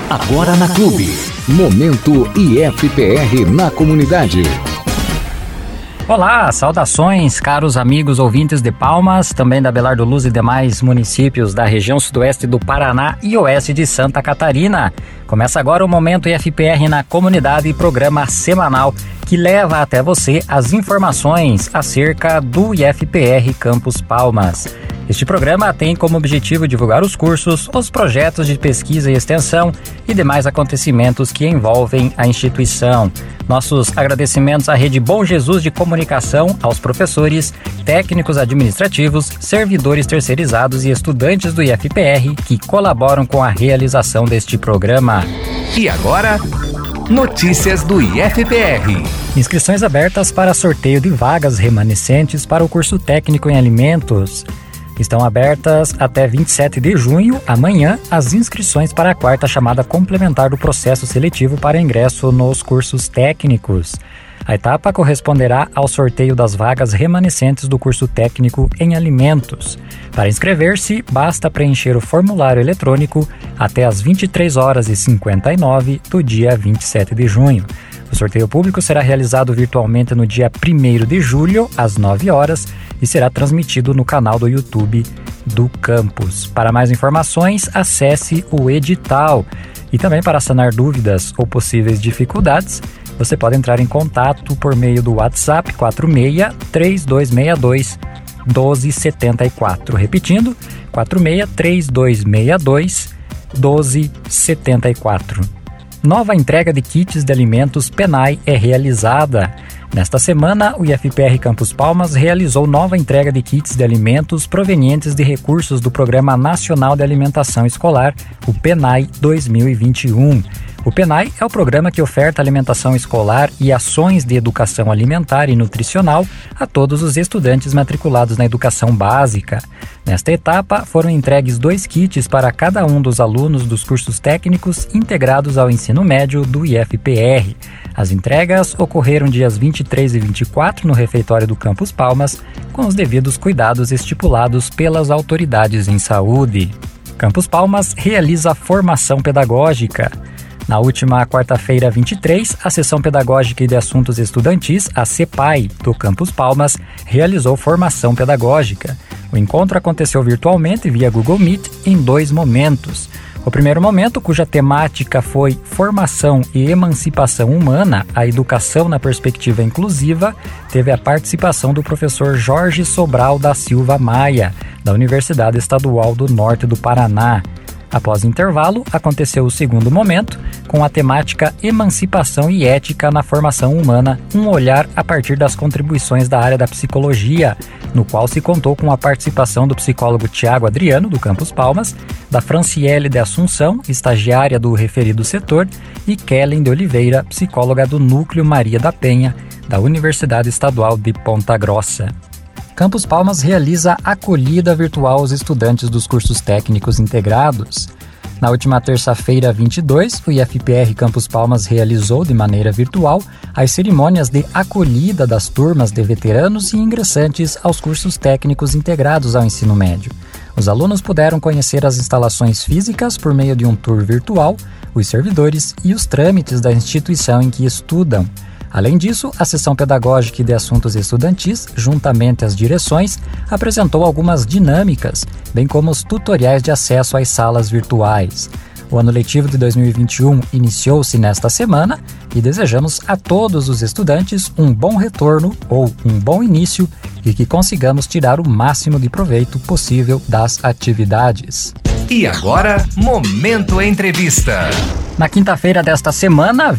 Agora na Clube. Momento IFPR na comunidade. Olá, saudações, caros amigos ouvintes de Palmas, também da Belardo Luz e demais municípios da região sudoeste do Paraná e oeste de Santa Catarina. Começa agora o Momento IFPR na comunidade, programa semanal que leva até você as informações acerca do IFPR Campus Palmas. Este programa tem como objetivo divulgar os cursos, os projetos de pesquisa e extensão e demais acontecimentos que envolvem a instituição. Nossos agradecimentos à Rede Bom Jesus de Comunicação, aos professores, técnicos administrativos, servidores terceirizados e estudantes do IFPR que colaboram com a realização deste programa. E agora, notícias do IFPR. Inscrições abertas para sorteio de vagas remanescentes para o curso técnico em alimentos. Estão abertas até 27 de junho, amanhã, as inscrições para a quarta chamada complementar do processo seletivo para ingresso nos cursos técnicos. A etapa corresponderá ao sorteio das vagas remanescentes do curso técnico em alimentos. Para inscrever-se, basta preencher o formulário eletrônico até às 23h59 do dia 27 de junho. O sorteio público será realizado virtualmente no dia 1º de julho, às 9 horas, e será transmitido no canal do YouTube do campus. Para mais informações, acesse o edital. E também para sanar dúvidas ou possíveis dificuldades, você pode entrar em contato por meio do WhatsApp 46-3262-1274. Repetindo, 46-3262-1274. Nova entrega de kits de alimentos PENAI é realizada. Nesta semana, o IFPR Campus Palmas realizou nova entrega de kits de alimentos provenientes de recursos do Programa Nacional de Alimentação Escolar, o PENAI 2021. O PENAI é o programa que oferta alimentação escolar e ações de educação alimentar e nutricional a todos os estudantes matriculados na educação básica. Nesta etapa, foram entregues 2 kits para cada um dos alunos dos cursos técnicos integrados ao ensino médio do IFPR. As entregas ocorreram dias 23 e 24 no refeitório do Campus Palmas, com os devidos cuidados estipulados pelas autoridades em saúde. Campus Palmas realiza formação pedagógica. Na última quarta-feira, 23, a Seção Pedagógica e de Assuntos Estudantis, a CEPAI, do Campus Palmas, realizou formação pedagógica. O encontro aconteceu virtualmente via Google Meet em 2 momentos. O primeiro momento, cuja temática foi Formação e Emancipação Humana, a Educação na Perspectiva Inclusiva, teve a participação do professor Jorge Sobral da Silva Maia, da Universidade Estadual do Norte do Paraná. Após intervalo, aconteceu o segundo momento, com a temática Emancipação e Ética na Formação Humana, um olhar a partir das contribuições da área da psicologia, no qual se contou com a participação do psicólogo Tiago Adriano, do Campus Palmas, da Franciele de Assunção, estagiária do referido setor, e Kellen de Oliveira, psicóloga do Núcleo Maria da Penha, da Universidade Estadual de Ponta Grossa. Campus Palmas realiza acolhida virtual aos estudantes dos cursos técnicos integrados. Na última terça-feira, 22, o IFPR Campus Palmas realizou de maneira virtual as cerimônias de acolhida das turmas de veteranos e ingressantes aos cursos técnicos integrados ao ensino médio. Os alunos puderam conhecer as instalações físicas por meio de um tour virtual, os servidores e os trâmites da instituição em que estudam. Além disso, a Seção Pedagógica e de Assuntos Estudantis, juntamente às direções, apresentou algumas dinâmicas, bem como os tutoriais de acesso às salas virtuais. O ano letivo de 2021 iniciou-se nesta semana e desejamos a todos os estudantes um bom retorno ou um bom início e que consigamos tirar o máximo de proveito possível das atividades. E agora, Momento Entrevista. Na quinta-feira desta semana,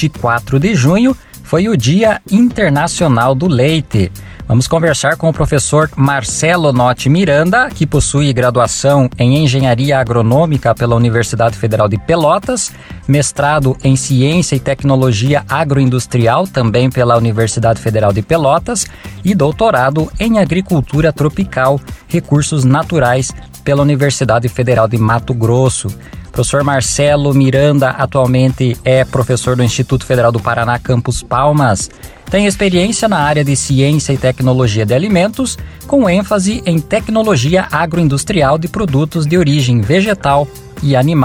24 de junho, foi o Dia Internacional do Leite. Vamos conversar com o professor Marcelo Notti Miranda, que possui graduação em Engenharia Agronômica pela Universidade Federal de Pelotas, mestrado em Ciência e Tecnologia Agroindustrial, também pela Universidade Federal de Pelotas, e doutorado em Agricultura Tropical, Recursos Naturais, pela Universidade Federal de Mato Grosso. Professor Marcelo Miranda atualmente é professor do Instituto Federal do Paraná, Campus Palmas. Tem experiência na área de Ciência e Tecnologia de Alimentos, com ênfase em tecnologia agroindustrial de produtos de origem vegetal e animal.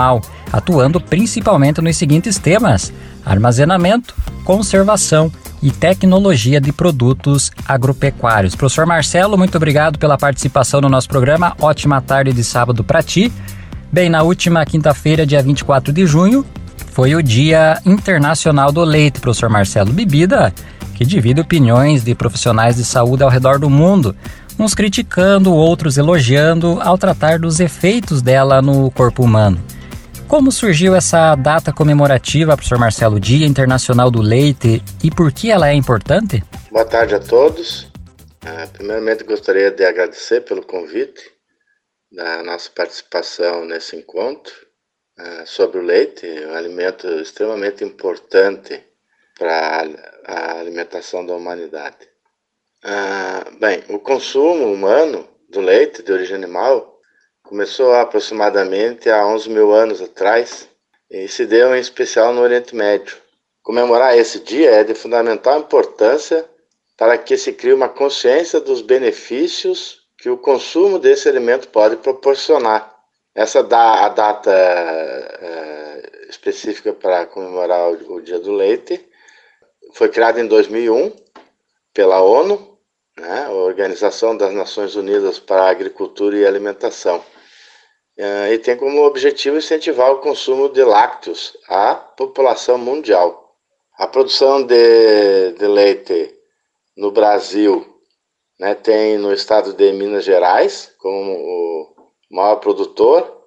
atuando principalmente nos seguintes temas: armazenamento, conservação e tecnologia de produtos agropecuários. Professor Marcelo, muito obrigado pela participação no nosso programa. Ótima tarde de sábado para ti. Bem, na última quinta-feira, dia 24 de junho, foi o Dia Internacional do Leite, professor Marcelo. Bebida que divide opiniões de profissionais de saúde ao redor do mundo, uns criticando, outros elogiando, ao tratar dos efeitos dela no corpo humano. Como surgiu essa data comemorativa, professor Marcelo, Dia Internacional do Leite, e por que ela é importante? Boa tarde a todos. Primeiramente, gostaria de agradecer pelo convite da nossa participação nesse encontro sobre o leite, um alimento extremamente importante para a alimentação da humanidade. Bem, o consumo humano do leite de origem animal começou aproximadamente há 11 mil anos atrás e se deu em especial no Oriente Médio. Comemorar esse dia é de fundamental importância para que se crie uma consciência dos benefícios que o consumo desse alimento pode proporcionar. Essa a data específica para comemorar o Dia do Leite foi criada em 2001 pela ONU, a Organização das Nações Unidas para a Agricultura e Alimentação, e tem como objetivo incentivar o consumo de lácteos à população mundial. A produção de leite no Brasil, tem no estado de Minas Gerais como o maior produtor,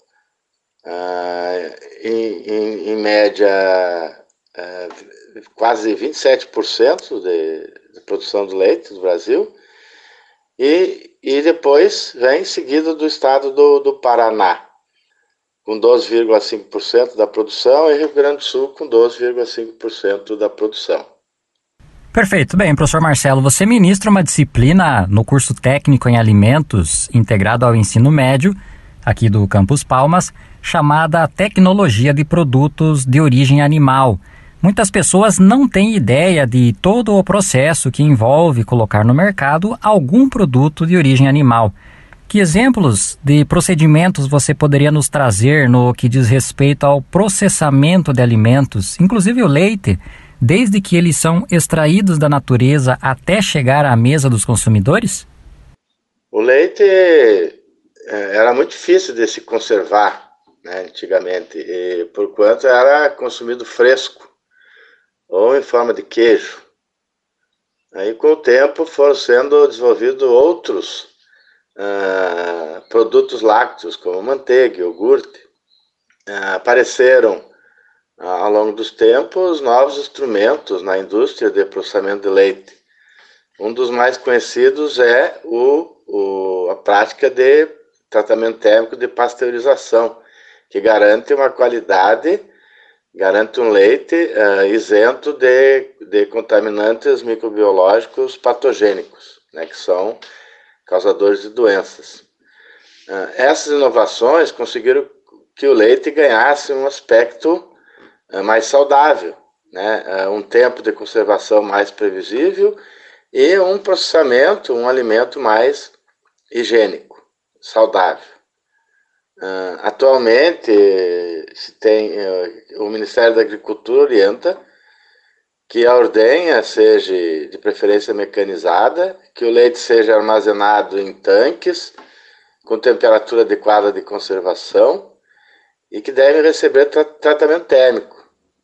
em média quase 27% de produção de leite do Brasil, e depois vem seguido do estado do Paraná, com 12,5% da produção, e Rio Grande do Sul com 12,5% da produção. Perfeito. Bem, professor Marcelo, você ministra uma disciplina no curso técnico em alimentos integrado ao ensino médio, aqui do Campus Palmas, chamada Tecnologia de Produtos de Origem Animal. Muitas pessoas não têm ideia de todo o processo que envolve colocar no mercado algum produto de origem animal. Que exemplos de procedimentos você poderia nos trazer no que diz respeito ao processamento de alimentos, inclusive o leite, desde que eles são extraídos da natureza até chegar à mesa dos consumidores? O leite era muito difícil de se conservar, antigamente, e porquanto era consumido fresco ou em forma de queijo. Aí, com o tempo, foram sendo desenvolvidos outros produtos lácteos, como manteiga, iogurte. Apareceram, ao longo dos tempos, novos instrumentos na indústria de processamento de leite. Um dos mais conhecidos é a prática de tratamento térmico de pasteurização, que garante uma qualidade, garante um leite isento de contaminantes microbiológicos patogênicos, que são causadores de doenças. Essas inovações conseguiram que o leite ganhasse um aspecto mais saudável, um tempo de conservação mais previsível e um processamento, um alimento mais higiênico, saudável. Atualmente, o Ministério da Agricultura orienta que a ordenha seja de preferência mecanizada, que o leite seja armazenado em tanques com temperatura adequada de conservação e que deve receber tratamento térmico,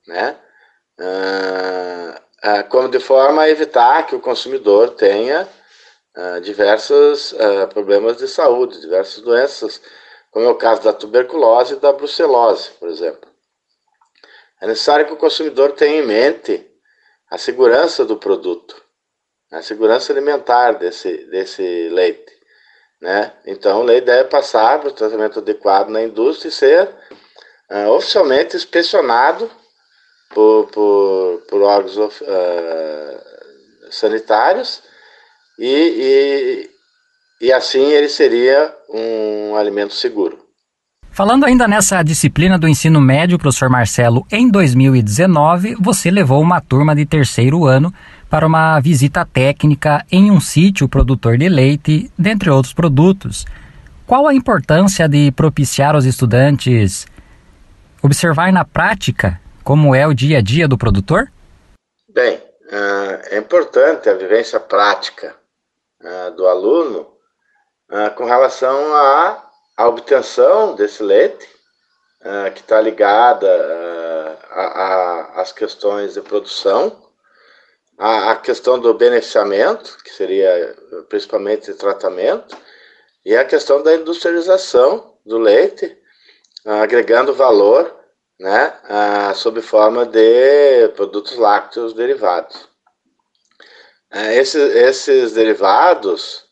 como de forma a evitar que o consumidor tenha diversos problemas de saúde, diversas doenças, como é o caso da tuberculose e da brucelose, por exemplo. É necessário que o consumidor tenha em mente a segurança do produto, a segurança alimentar desse leite. Então, o leite deve passar para o tratamento adequado na indústria e ser oficialmente inspecionado por órgãos sanitários e assim ele seria um alimento seguro. Falando ainda nessa disciplina do ensino médio, professor Marcelo, em 2019 você levou uma turma de terceiro ano para uma visita técnica em um sítio produtor de leite, dentre outros produtos. Qual a importância de propiciar aos estudantes observar na prática como é o dia a dia do produtor? Bem, é importante a vivência prática do aluno com relação à obtenção desse leite, que está ligada às questões de produção, a questão do beneficiamento, que seria principalmente tratamento, e a questão da industrialização do leite, agregando valor, né, sob forma de produtos lácteos derivados. Esses derivados,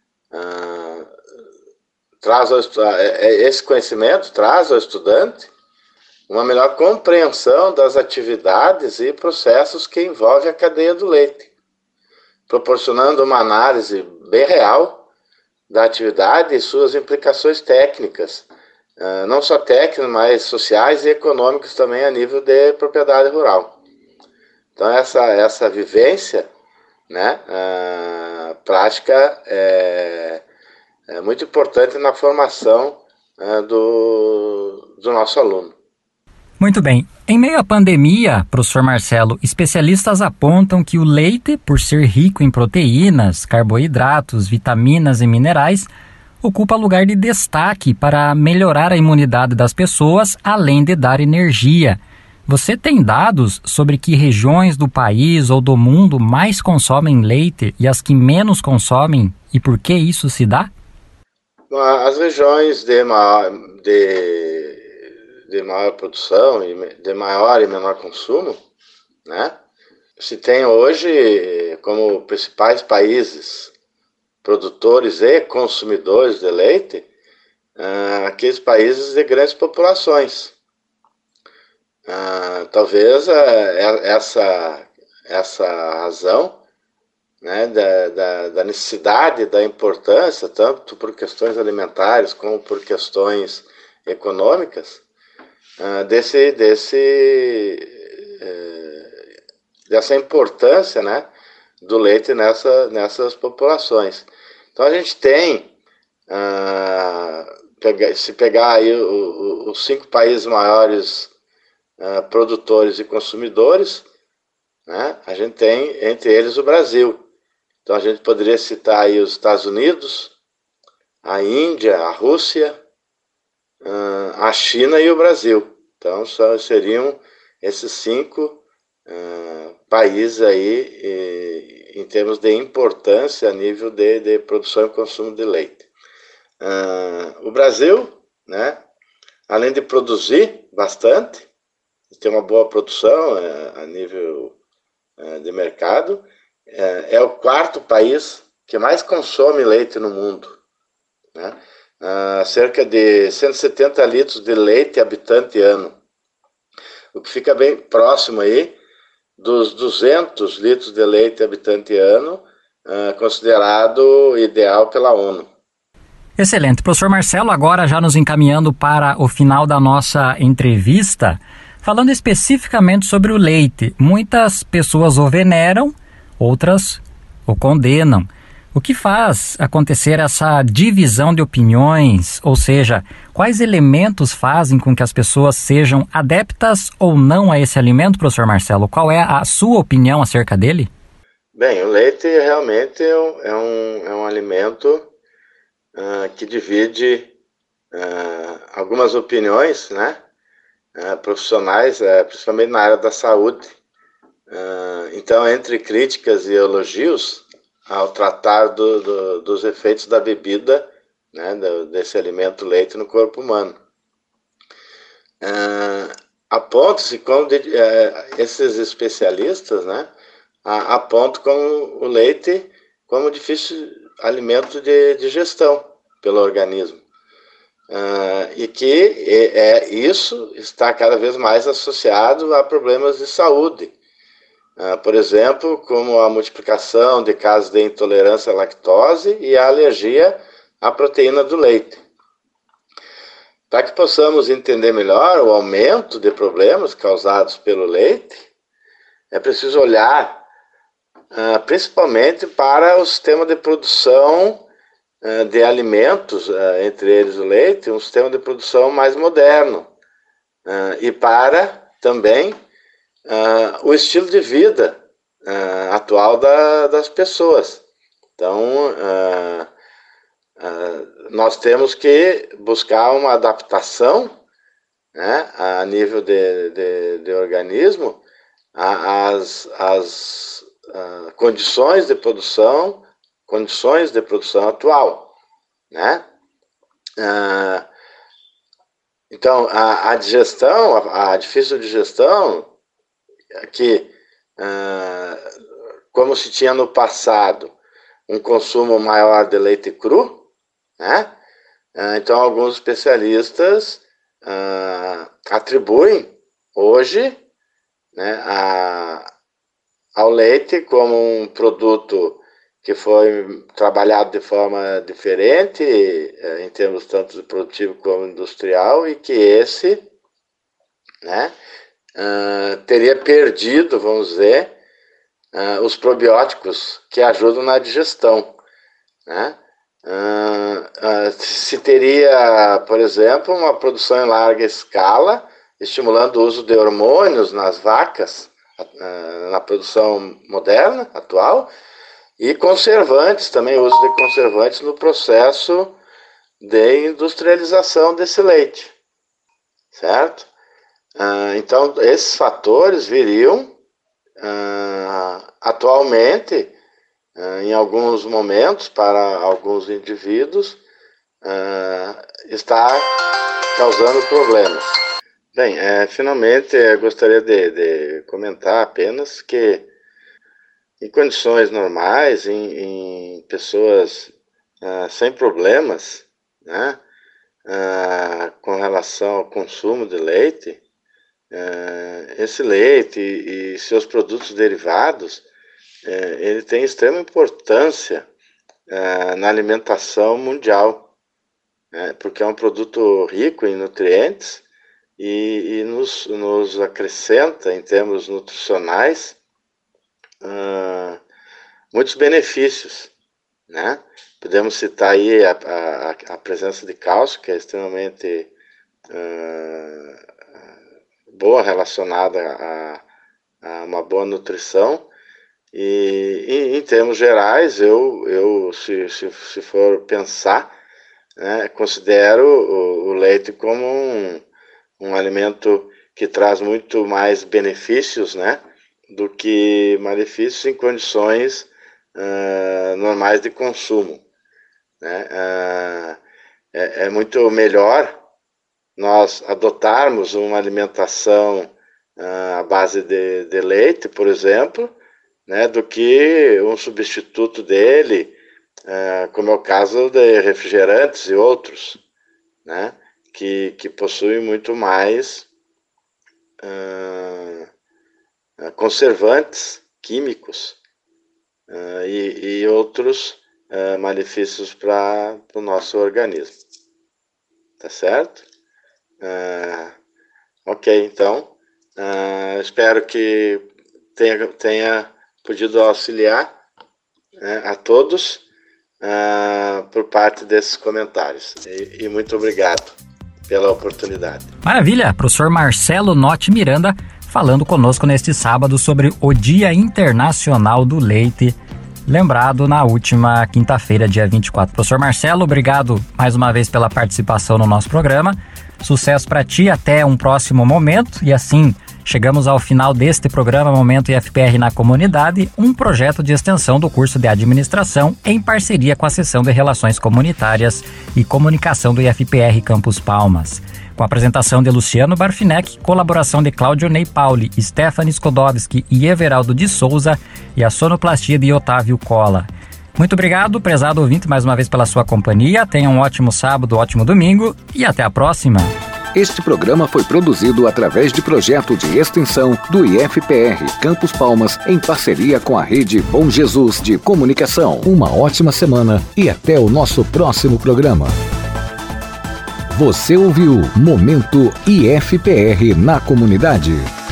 esse conhecimento traz ao estudante uma melhor compreensão das atividades e processos que envolvem a cadeia do leite, proporcionando uma análise bem real da atividade e suas implicações técnicas, não só técnicas, mas sociais e econômicas também a nível de propriedade rural. Então essa vivência, né, prática é muito importante na formação do nosso aluno. Muito bem. Em meio à pandemia, professor Marcelo, especialistas apontam que o leite, por ser rico em proteínas, carboidratos, vitaminas e minerais, ocupa lugar de destaque para melhorar a imunidade das pessoas, além de dar energia. Você tem dados sobre que regiões do país ou do mundo mais consomem leite e as que menos consomem e por que isso se dá? As regiões de maior produção e de maior e menor consumo, né, se tem hoje como principais países produtores e consumidores de leite aqueles países de grandes populações. Talvez essa razão, né, da necessidade, da importância, tanto por questões alimentares como por questões econômicas, dessa importância, né, do leite nessas populações. Então a gente tem, se pegar aí os 5 países maiores produtores e consumidores, né, a gente tem entre eles o Brasil. Então a gente poderia citar aí os Estados Unidos, a Índia, a Rússia, a China e o Brasil. Então seriam esses 5 países aí em termos de importância a nível de produção e consumo de leite. O Brasil, né, além de produzir bastante, ter uma boa produção a nível de mercado, é o 4º país que mais consome leite no mundo, né? Cerca de 170 litros de leite habitante ano, o que fica bem próximo aí dos 200 litros de leite habitante ano, considerado ideal pela ONU. Excelente. Professor Marcelo, agora já nos encaminhando para o final da nossa entrevista, falando especificamente sobre o leite, muitas pessoas o veneram, outras o condenam. O que faz acontecer essa divisão de opiniões? Ou seja, quais elementos fazem com que as pessoas sejam adeptas ou não a esse alimento, professor Marcelo? Qual é a sua opinião acerca dele? Bem, o leite realmente é um alimento que divide algumas opiniões, né, profissionais, principalmente na área da saúde. Então, entre críticas e elogios, ao tratar dos efeitos da bebida, né, desse alimento leite no corpo humano. Aponta-se como esses especialistas, né, apontam como o leite como difícil alimento de digestão pelo organismo. E que isso está cada vez mais associado a problemas de saúde. Por exemplo, como a multiplicação de casos de intolerância à lactose e a alergia à proteína do leite. Para que possamos entender melhor o aumento de problemas causados pelo leite, é preciso olhar principalmente para o sistema de produção de alimentos, entre eles o leite, um sistema de produção mais moderno, e para também o estilo de vida atual das pessoas. Então, nós temos que buscar uma adaptação, né, a nível de organismo às condições de produção atual, né? Então, a digestão, a difícil digestão, que como se tinha no passado um consumo maior de leite cru, né? Então, alguns especialistas atribuem hoje, né, ao leite como um produto que foi trabalhado de forma diferente, em termos tanto produtivo como industrial, e que esse, né, teria perdido, vamos dizer, os probióticos que ajudam na digestão, né? Se teria, por exemplo, uma produção em larga escala, estimulando o uso de hormônios nas vacas, na produção moderna, atual, e conservantes, também o uso de conservantes no processo de industrialização desse leite, certo? Então, esses fatores viriam, atualmente, em alguns momentos, para alguns indivíduos, está causando problemas. Bem, finalmente, eu gostaria de comentar apenas que, em condições normais, em pessoas sem problemas, né, com relação ao consumo de leite, esse leite e seus produtos derivados, ele tem extrema importância na alimentação mundial, né, porque é um produto rico em nutrientes e nos acrescenta, em termos nutricionais, muitos benefícios, né? Podemos citar aí a presença de cálcio, que é extremamente boa, relacionada a uma boa nutrição. E em termos gerais, eu se for pensar, né, considero o leite como um alimento que traz muito mais benefícios, né, do que malefícios em condições normais de consumo, né? É muito melhor nós adotarmos uma alimentação à base de leite, por exemplo, né, do que um substituto dele, como é o caso de refrigerantes e outros, né, que possuem muito mais conservantes químicos e outros malefícios para o nosso organismo. Tá certo? Ok, então, espero que tenha podido auxiliar a todos por parte desses comentários. E muito obrigado pela oportunidade. Maravilha! Professor Marcelo Notti Miranda falando conosco neste sábado sobre o Dia Internacional do Leite, lembrado na última quinta-feira, dia 24. Professor Marcelo, obrigado mais uma vez pela participação no nosso programa. Sucesso para ti, até um próximo momento. E assim, chegamos ao final deste programa Momento IFPR na Comunidade, um projeto de extensão do curso de Administração em parceria com a Seção de Relações Comunitárias e Comunicação do IFPR Campus Palmas. Com a apresentação de Luciano Barfinec, colaboração de Cláudio Ney Pauli, Stephanie Skodowski e Everaldo de Souza e a sonoplastia de Otávio Cola. Muito obrigado, prezado ouvinte, mais uma vez pela sua companhia. Tenha um ótimo sábado, ótimo domingo e até a próxima. Este programa foi produzido através de projeto de extensão do IFPR Campus Palmas em parceria com a Rede Bom Jesus de Comunicação. Uma ótima semana e até o nosso próximo programa. Você ouviu Momento IFPR na Comunidade.